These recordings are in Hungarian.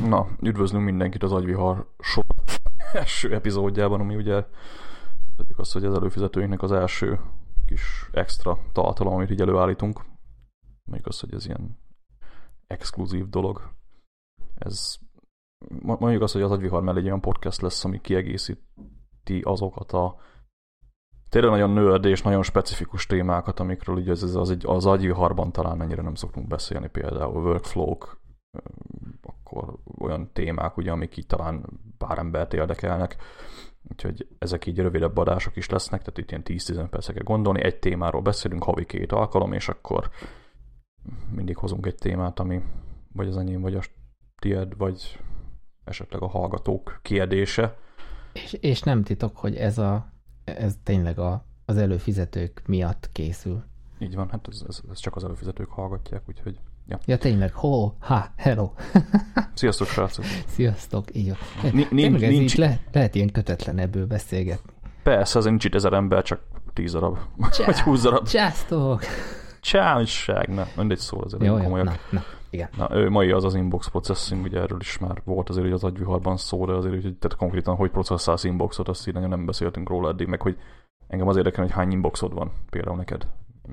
Na, üdvözlünk mindenkit az Agyvihar sor első epizódjában, ami ugye az, hogy az előfizetőinknek az első kis extra tartalom, amit így előállítunk. Mondjuk az, hogy ez ilyen exkluzív dolog. Ez mondjuk az, hogy az Agyvihar mellé egy olyan podcast lesz, ami kiegészíti azokat a tényleg nagyon nerd és nagyon specifikus témákat, amikről ugye az Agyviharban talán ennyire nem szoktunk beszélni, például workflow-k, akkor olyan témák, ugye, amik így talán pár embert érdekelnek. Úgyhogy ezek így rövidebb adások is lesznek, tehát itt ilyen 10-15 percre kell gondolni. Egy témáról beszélünk, havi 2 alkalom, és akkor mindig hozunk egy témát, ami vagy az enyém, vagy a tied, vagy esetleg a hallgatók kérdése. És nem titok, hogy ez tényleg az előfizetők miatt készül. Így van, hát ez csak az előfizetők hallgatják, úgyhogy... Ja, tényleg, hello. Sziasztok, srácok. Sziasztok, így van. Nincs... Lehet ilyen kötetlen ebből beszélgetni. Persze, azért nincs itt 1000 ember, csak 10 darab, vagy 20 darab. Császtok! Csámság, ne, mindegy szól azért. Jó, na, igen. Na, mai az inbox processing, ugye erről is már volt azért, hogy az Agyviharban szó, de azért, hogy tehát konkrétan, hogy processzálsz inboxot, azt így nagyon nem beszéltünk róla eddig, meg hogy engem az érdekel, hogy hány inboxod van például neked,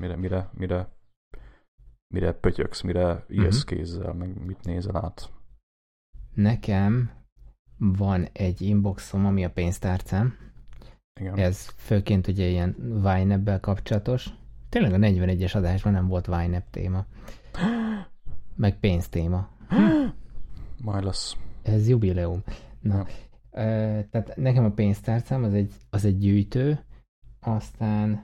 mire pötyöksz, mire írsz kézzel, meg mit nézel át. Nekem van egy inboxom, ami a pénztárcám. Igen. Ez főként ugye ilyen YNAB-bel kapcsolatos. Tényleg a 41-es adásban nem volt YNAB téma. Meg pénztéma. Majd lesz. Ez jubileum. Na, ja. Tehát nekem a pénztárcám az egy gyűjtő, aztán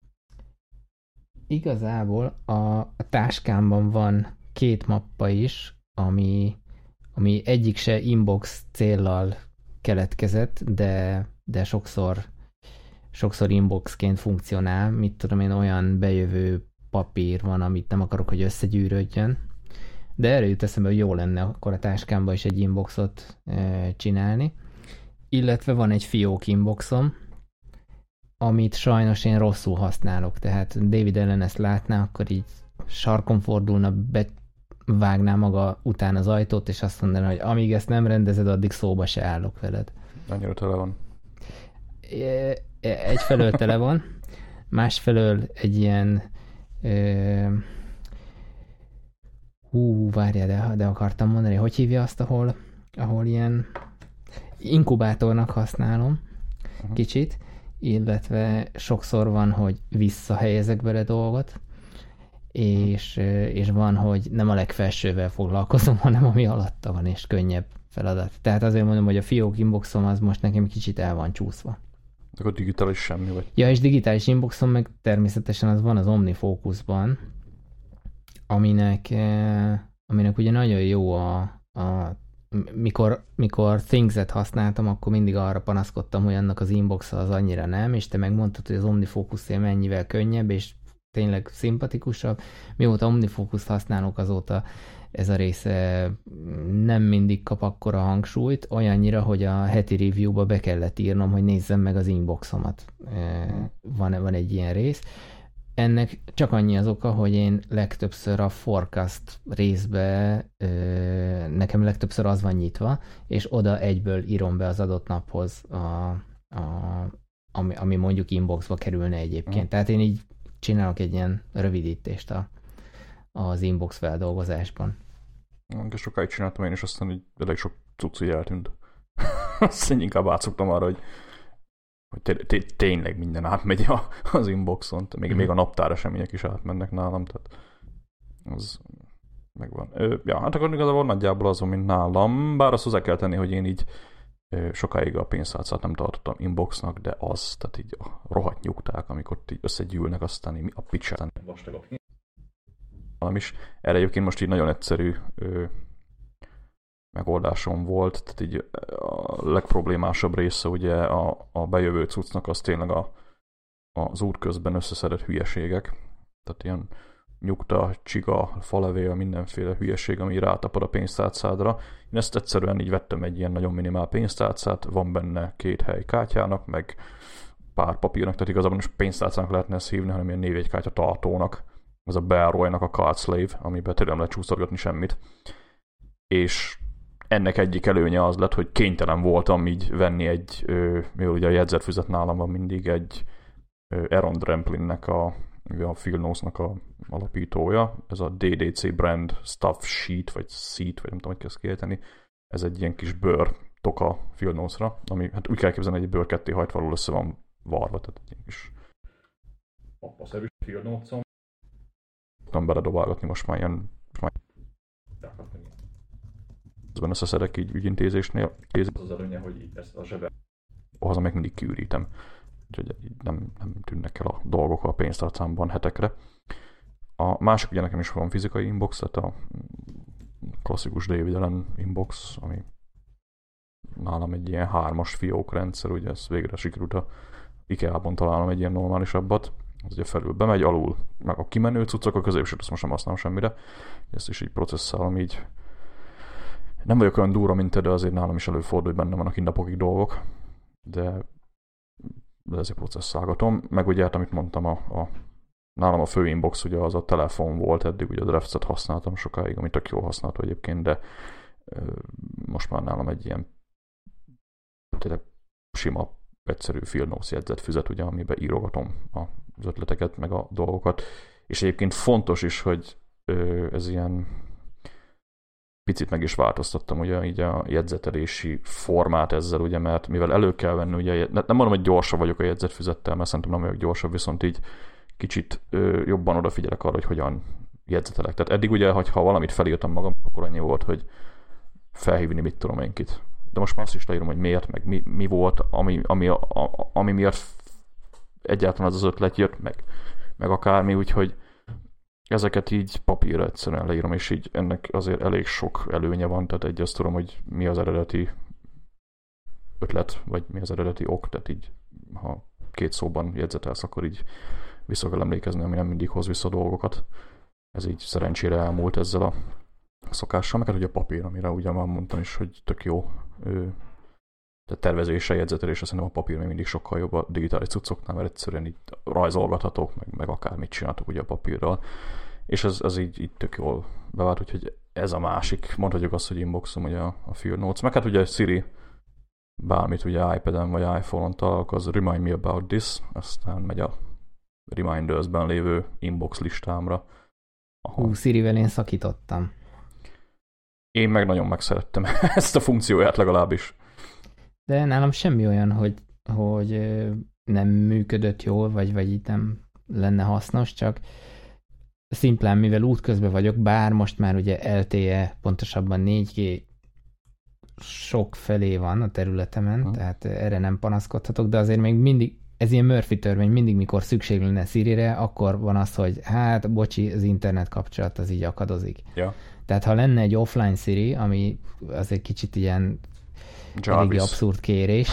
igazából a táskámban van 2 mappa is, ami egyik se inbox céllal keletkezett, de sokszor inboxként funkcionál. Mit tudom én, olyan bejövő papír van, amit nem akarok, hogy összegyűrődjön. De erre jut eszembe, hogy jó lenne akkor a táskámban is egy inboxot csinálni. Illetve van egy fiók inboxom, amit sajnos én rosszul használok. Tehát David ellen ezt látná, akkor így sarkon fordulna, bevágná maga után az ajtót, és azt mondaná, hogy amíg ezt nem rendezed, addig szóba se állok veled. Annyira tele van. Egyfelől tele van, másfelől egy ilyen várjál, de akartam mondani, hogy hívja azt, ahol ilyen inkubátornak használom kicsit, illetve sokszor van, hogy visszahelyezek bele dolgot, és van, hogy nem a legfelsővel foglalkozom, hanem ami alatta van, és könnyebb feladat. Tehát azért mondom, hogy a fiók inboxom az most nekem kicsit el van csúszva. Akkor digitális semmi vagy? Ja, és digitális inboxom meg természetesen az van az OmniFocusban, aminek ugye nagyon jó mikor Things-et használtam, akkor mindig arra panaszkodtam, hogy annak az inboxa az annyira nem, és te megmondtad, hogy az OmniFocus-él mennyivel könnyebb, és tényleg szimpatikusabb. Mióta OmniFocus-t használok, azóta ez a része nem mindig kap akkora hangsúlyt, olyannyira, hogy a heti review-ba be kellett írnom, hogy nézzem meg az inboxomat. Van egy ilyen rész. Ennek csak annyi az oka, hogy én legtöbbször a forecast részbe nekem legtöbbször az van nyitva, és oda egyből írom be az adott naphoz, ami mondjuk inboxba kerülne egyébként. Tehát én így csinálok egy ilyen rövidítést az inbox feldolgozásban. És sokáig csináltam én, és aztán így elég sok cucc így eltűnt. Aztán inkább átszoktam arra, hogy tényleg minden átmegy az inboxon. Még a naptár események is átmennek nálam, tehát az megvan. Hát akkor igazából nagyjából azon, mint nálam, bár azt hozzá kell tenni, hogy én így sokáig a pénztárcát nem tartottam inboxnak, de tehát így a rohadt nyugták, amikor így összegyűlnek, aztán a picsán vastagok. Is. Erre egyébként most így nagyon egyszerű megoldásom volt, tehát így a legproblémásabb része ugye a bejövő cuccnak az tényleg az útközben összeszedett hülyeségek, tehát ilyen nyugta, csiga, falevél, mindenféle hülyeség, ami rátapad a pénztárcádra. Én ezt egyszerűen így vettem egy ilyen nagyon minimál pénztárcát, van benne 2 hely kártyának, meg pár papírnak, tehát igazából most pénztárcának lehetne ezt hívni, hanem ilyen névjegykártya tartónak. Ez a Bearoy-nak a Card Slave, amiben tényleg nem lehet csúsztatgatni semmit. És ennek egyik előnye az lett, hogy kénytelen voltam így venni mivel ugye a jegyzetfüzet nálam van mindig egy Aaron Dramplinnek a Field Notes-nak a alapítója, ez a DDC brand Stuff Sheet, vagy Seat, vagy nem tudom, hogy kell ezt kiejteni. Ez egy ilyen kis bőr toka Field Notes-ra, ami hát úgy kell képzelni, hogy egy bőr ketté hajtva össze van varva, tehát egy ilyen kis pappaszerű Field Notes-on. Tudom beledobálgatni most már ilyen ezben összeszedek így ügyintézésnél. Ez az előnye, hogy így ezt a zsebet haza meg mindig kiürítem. Úgyhogy nem tűnnek el a dolgok a pénztárcámban hetekre. A másik ugye nekem is van fizikai inbox, tehát a klasszikus David Allen inbox, ami nálam egy ilyen 3-as fiókrendszer, ugye ez végre sikerült a IKEA-ban találnom egy ilyen normálisabbat. Az ugye felül bemegy, alul meg a kimenő cuccok, a középsőt azt most nem használom semmire. Ezt is így processzálom így. Nem vagyok olyan durva, mint te, de azért nálam is előfordul, hogy benne vannak napokig dolgok. De ezért processzálgatom. Meg ugye, amit mondtam, nálam a fő inbox ugye az a telefon volt, eddig ugye a Drafts-et használtam sokáig, ami tök jól használható egyébként, de most már nálam egy ilyen tényleg sima, egyszerű Field Notes jegyzetfüzet, ugye, amiben írogatom az ötleteket, meg a dolgokat. És egyébként fontos is, hogy ez ilyen picit meg is változtattam ugye így a jegyzetelési formát ezzel, ugye, mert mivel elő kell venni, ugye, nem mondom, hogy gyorsabb vagyok a jegyzetfüzettel, mert szerintem nem vagyok gyorsabb, viszont így kicsit jobban odafigyelek arra, hogy hogyan jegyzetelek. Tehát eddig ugye, ha valamit felírtam magam, akkor annyi volt, hogy felhívni mit tudom én kit. De most már azt is leírom, hogy miért, meg mi volt, ami miatt egyáltalán az ötlet jött, meg akármi, úgyhogy ezeket így papírra egyszerűen leírom, és így ennek azért elég sok előnye van, tehát azt tudom, hogy mi az eredeti ötlet, vagy mi az eredeti ok, tehát így, ha 2 szóban jegyzetelsz, akkor így vissza kell emlékezni, ami nem mindig hoz vissza dolgokat. Ez így szerencsére elmúlt ezzel a szokással, meg hát ugye a papír, amire ugye már mondtam is, hogy tök jó. Tehát tervezésre, jegyzetelésre szerintem a papír még mindig sokkal jobb a digitális cuccoknál, mert egyszerűen így rajzolgathatók, meg akármit csináltok ugye a papírral. És ez így tök jól bevált, úgyhogy ez a másik, mondhatjuk azt, hogy inboxom ugye a Field Notes. Meg hát ugye Siri bármit ugye iPad-en vagy iPhone-on találkoz, remind me about this, aztán megy a Reminders-ben lévő inbox listámra. Sirivel én szakítottam. Én meg nagyon megszerettem ezt a funkcióját legalábbis. De nálam semmi olyan, hogy nem működött jól, vagy itt nem lenne hasznos, csak szimplán, mivel útközben vagyok, bár most már ugye LTE, pontosabban 4G sok felé van a területemen, tehát erre nem panaszkodhatok, de azért még mindig, ez ilyen Murphy törvény, mindig mikor szükség lenne Sirire, akkor van az, hogy hát bocsi, az internet kapcsolat az így akadozik. Ja. Tehát ha lenne egy offline Siri, ami azért kicsit ilyen eléggé abszurd kérés,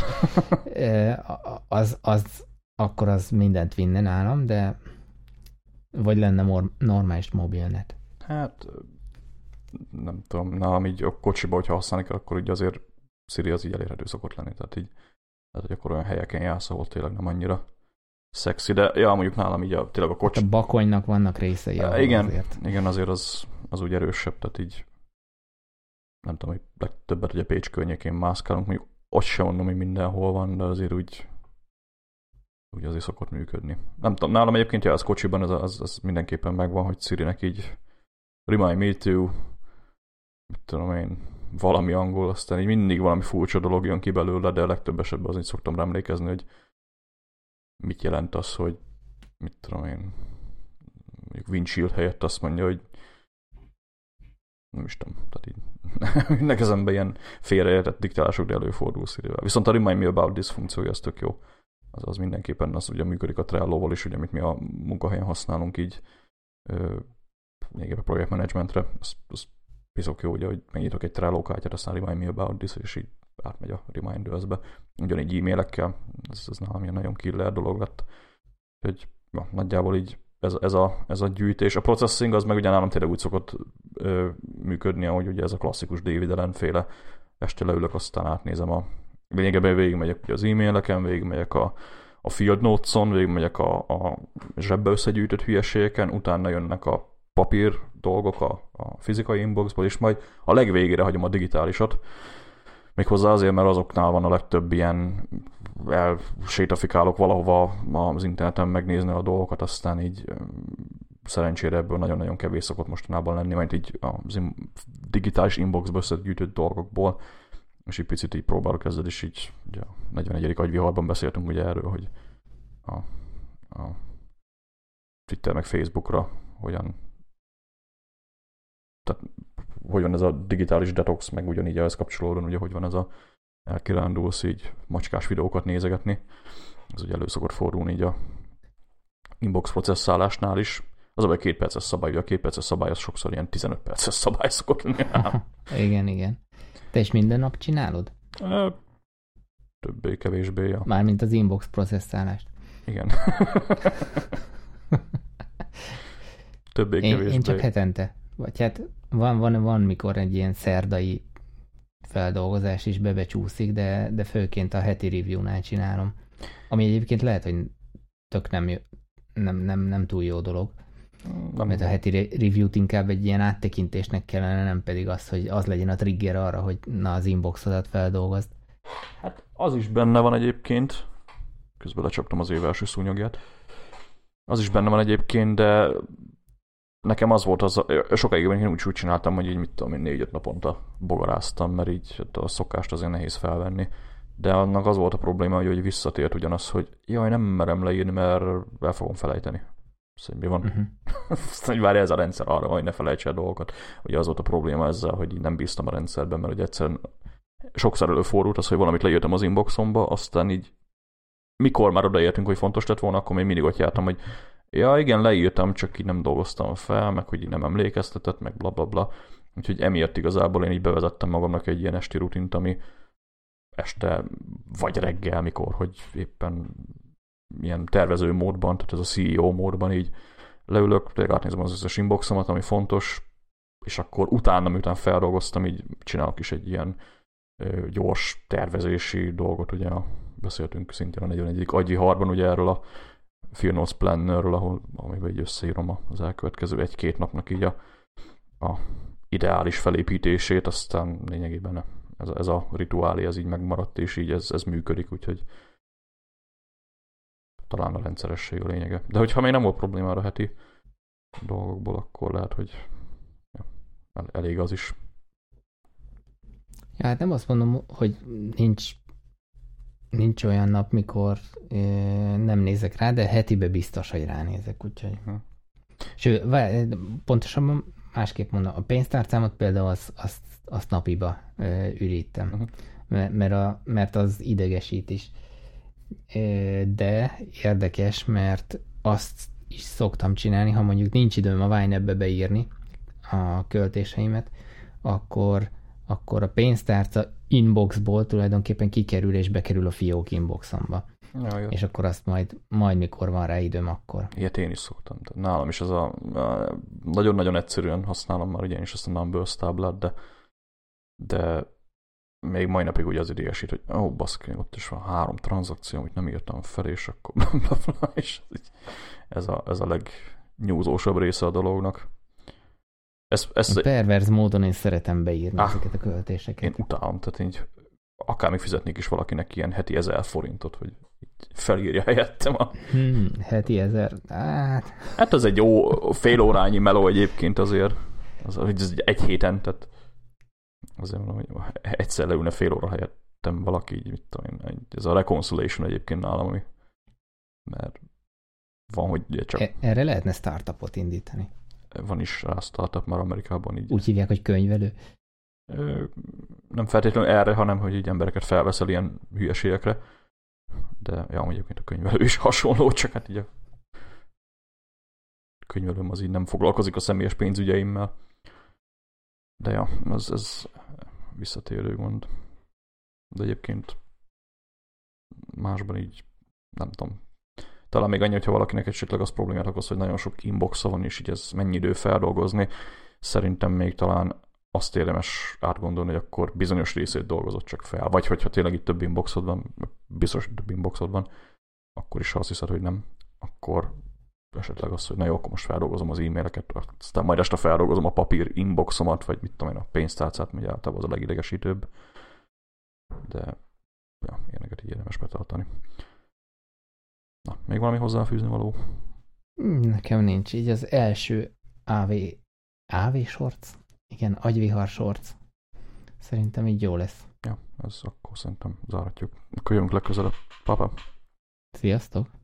akkor az mindent vinne nálam, de vagy lenne normális mobilnet. Hát nem tudom, nálam így a kocsiba, hogyha használni kell, akkor így azért Siri az így elérhető szokott lenni, tehát hogy akkor olyan helyeken jársz, ahol tényleg nem annyira szexi, de ja, mondjuk nálam így tényleg a kocsi. A bakonynak vannak részei. Igen, azért az úgy erősebb, tehát így nem tudom, hogy legtöbbet ugye Pécs környékén mászkálunk, mondjuk ott sem mondom, hogy mindenhol van, de azért úgy azért szokott működni. Nem tudom, nálam egyébként az kocsiban az mindenképpen megvan, hogy Sirinek így remind me to, mit tudom én, valami angol, aztán így mindig valami furcsa dolog jön ki belőle, de a legtöbb esetben az így szoktam emlékezni, hogy mit jelent az, hogy mit tudom én, mondjuk windshield helyett azt mondja, hogy nem is tudom, tehát így nekezemben ilyen félreértett diktálások, de előfordul Sirivel. Viszont a Remind Me About This funkciója, az tök jó. Az mindenképpen az ugye működik a Trello-val is, ugye, amit mi a munkahelyen használunk így lényegében projektmenedzsmentre. Az piszok jó, ugye, hogy megnyitok egy Trello kártyát, aztán Remind Me About This, és így átmegy a Reminders-be. Ugyanígy e-mailekkel, ez nálam ilyen nagyon killer dolog lett. Úgyhogy ja, nagyjából így ez a gyűjtés. A processing az meg ugye nálam tényleg úgy szokott működni, ahogy ugye ez a klasszikus David Allen féle. Este leülök, aztán átnézem lényegében végigmegyek ugye az e-maileken, végigmegyek a Field Notes-on, végigmegyek a zsebbe összegyűjtött hülyeségeken, utána jönnek a papír dolgok a fizikai inboxból, és majd a legvégére hagyom a digitálisat. Méghozzá azért, mert azoknál van a legtöbb ilyen elsétafikálok valahova az interneten megnézni a dolgokat, aztán így szerencsére ebből nagyon-nagyon kevés szokott mostanában lenni, majd így a digitális inboxba összegyűjtött dolgokból, és egy picit így próbálok kezdeni, és így ugye a 41. agyviharban beszéltünk ugye erről, hogy a Twitter meg Facebookra hogy van ez a digitális detox, meg ugyanígy ehhez kapcsolódóan, ugye hogy van ez a elkirándulsz így macskás videókat nézegetni. Ez ugye elő szokott fordulni így a inbox processzálásnál is. Az a baj, 2 perces szabály, ugye a 2 perces szabály az sokszor ilyen 15 perces szabály szokott lenni. Igen. Te is minden nap csinálod? Többé-kevésbé, ja. Mármint az inbox processzálást. Igen. Többé-kevésbé. Én csak hetente. Vagy hát van mikor egy ilyen szerdai feldolgozás is bebecsúszik, de főként a heti review-nál csinálom. Ami egyébként lehet, hogy tök nem túl jó dolog. Mert a heti review-t inkább egy ilyen áttekintésnek kellene, nem pedig az, hogy az legyen a trigger arra, hogy na az inboxodat feldolgozd. Hát az is benne van egyébként. Közben lecsaptam az év első szúnyogját. Az is benne van egyébként, de nekem az volt sokáig én úgy csináltam, hogy így mit tudom én 4-5 naponta bogaráztam, mert így a szokást azért nehéz felvenni. De annak az volt a probléma, hogy visszatért ugyanaz, hogy jaj, nem merem leírni, mert el fogom felejteni. Szóval mi van? Aztán, hogy várja ez a rendszer arra, hogy ne felejts el dolgokat. Ugye az volt a probléma ezzel, hogy nem bíztam a rendszerben, mert ugye egyszerűen sokszor előfordult az, hogy valamit leírtam az inboxomba, aztán így mikor már odaértünk, hogy fontos lett volna, akkor még mindig ott jártam, hogy ja igen, leírtam, csak így nem dolgoztam fel, meg hogy így nem emlékeztetett, meg blablabla. Úgyhogy emiatt igazából én így bevezettem magamnak egy ilyen esti rutint, ami este vagy reggel, mikor, hogy éppen ilyen tervező módban, tehát ez a CEO módban így leülök, átnézem az összes inboxomat, ami fontos, és akkor utána, miután feldolgoztam, így csinálok is egy ilyen gyors tervezési dolgot, ugye beszéltünk szintén a 41. agyviharban ugye erről a Fear Notes Plannerről, amiben így összeírom az elkövetkező 1-2 napnak így a ideális felépítését, aztán lényegében ez a rituálé, ez így megmaradt, és így ez működik, úgyhogy talán a rendszeresség a lényege. De hogyha még nem volt problémára heti dolgokból, akkor lehet, hogy elég az is. Ja, hát nem azt mondom, hogy nincs olyan nap, mikor nem nézek rá, de hetibe biztos, hogy ránézek, úgyhogy. Sőt, pontosabban másképp mondom, a pénztárcámat például azt napiba ürítem, mert az idegesít is. De érdekes, mert azt is szoktam csinálni, ha mondjuk nincs időm a Wine-be beírni a költéseimet, akkor a pénztárca inboxból tulajdonképpen kikerül és bekerül a fiók inboxomba. Ja, és akkor azt majd mikor van rá időm, akkor. Ilyet én is szoktam. Nálam is ez nagyon-nagyon egyszerűen használom már, ugye én is azt a numbers táblát, de még mai napig ugye az idegesít, hogy baszki, ott is van 3 tranzakció, amit nem írtam fel, és akkor és ez a legnyúzósabb része a dolognak. Perverz módon én szeretem beírni ezeket a költéseket. Én utálom, tehát így akár még fizetnék is valakinek ilyen heti 1000 forintot, hogy felírja helyettem heti 1000? Hát az egy jó fél órányi meló egyébként azért. Az egy héten, tehát azért mondom, hogy egyszer leülne fél óra helyettem valaki, így mit tudom én. Ez a reconciliation egyébként nálam, ami mert van, hogy ugye csak... Erre lehetne startupot indítani. Van is rá startup már Amerikában így. Úgy hívják, hogy könyvelő? Nem feltétlenül erre, hanem hogy így embereket felveszel ilyen hülyeségekre. De ja, egyébként a könyvelő is hasonló, csak hát így a könyvelőm az így nem foglalkozik a személyes pénzügyeimmel. De ja, ez visszatérő gond. De egyébként másban így nem tudom. Talán még annyi, hogyha valakinek esetleg az problémát okoz, hogy nagyon sok inboxa van, és így ez mennyi idő feldolgozni. Szerintem még talán azt érdemes átgondolni, hogy akkor bizonyos részét dolgozott csak fel. Vagy hogyha tényleg itt több inboxod van, biztos több inboxod van, akkor is ha azt hiszed, hogy nem, akkor esetleg az, hogy na jó, akkor most feldolgozom az e-maileket, aztán majd este feldolgozom a papír inboxomat, vagy mit tudom én, a pénztárcát, ugye általában az a legidegesítőbb. De ja, ilyeneket így érdemes betartani. Na, még valami hozzáfűzni való? Nekem nincs. Így az első AV shorts? Igen, agyvihar shorts. Szerintem így jó lesz. Ja, ez akkor szerintem zárhatjuk. Akkor jövünk legközelebb. Papa. Sziasztok!